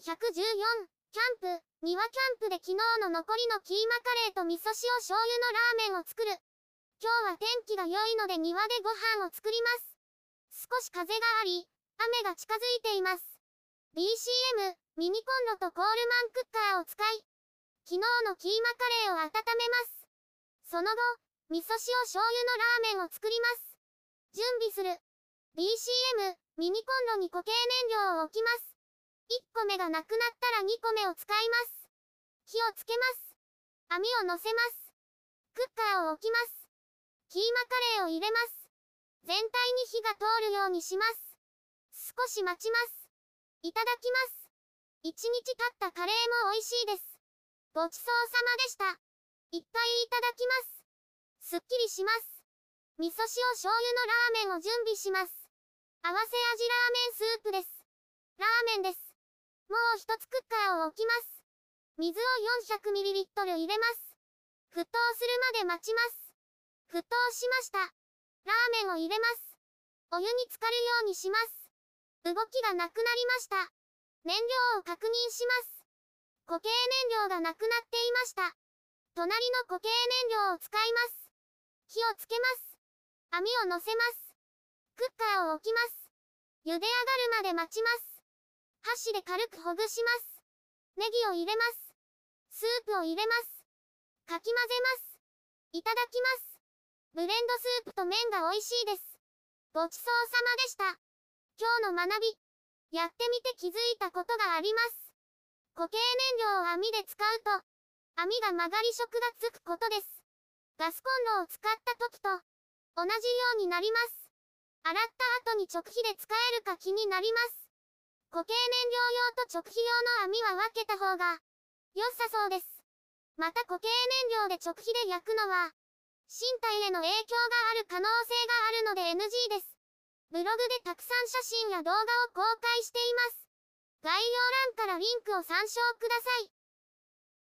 114、キャンプ、庭キャンプで昨日の残りのキーマカレーと味噌塩醤油のラーメンを作る。今日は天気が良いので庭でご飯を作ります。少し風があり、雨が近づいています。BCM、ミニコンロとコールマンクッカーを使い、昨日のキーマカレーを温めます。その後、味噌塩醤油のラーメンを作ります。準備する。BCM、ミニコンロに固形燃料を置きます。1個目がなくなったら2個目を使います。火をつけます。網を乗せます。クッカーを置きます。キーマカレーを入れます。全体に火が通るようにします。少し待ちます。いただきます。1日経ったカレーも美味しいです。ごちそうさまでした。いっぱいいただきます。すっきりします。味噌塩醤油のラーメンを準備します。合わせ味ラーメンスープです。ラーメンです。もう一つクッカーを置きます。水を 400ml 入れます。沸騰するまで待ちます。沸騰しました。ラーメンを入れます。お湯に浸かるようにします。動きがなくなりました。燃料を確認します。固形燃料がなくなっていました。隣の固形燃料を使います。火をつけます。網を乗せます。クッカーを置きます。茹で上がるまで待ちます。箸で軽くほぐします。ネギを入れます。スープを入れます。かき混ぜます。いただきます。ブレンドスープと麺が美味しいです。ごちそうさまでした。今日の学び。やってみて気づいたことがあります。固形燃料を網で使うと、網が曲がり色がつくことです。ガスコンロを使った時と同じようになります。洗った後に直火で使えるか気になります。固形燃料用と直火用の網は分けた方が良さそうです。また固形燃料で直火で焼くのは身体への影響がある可能性があるので NG です。ブログでたくさん写真や動画を公開しています。概要欄からリンクを参照ください。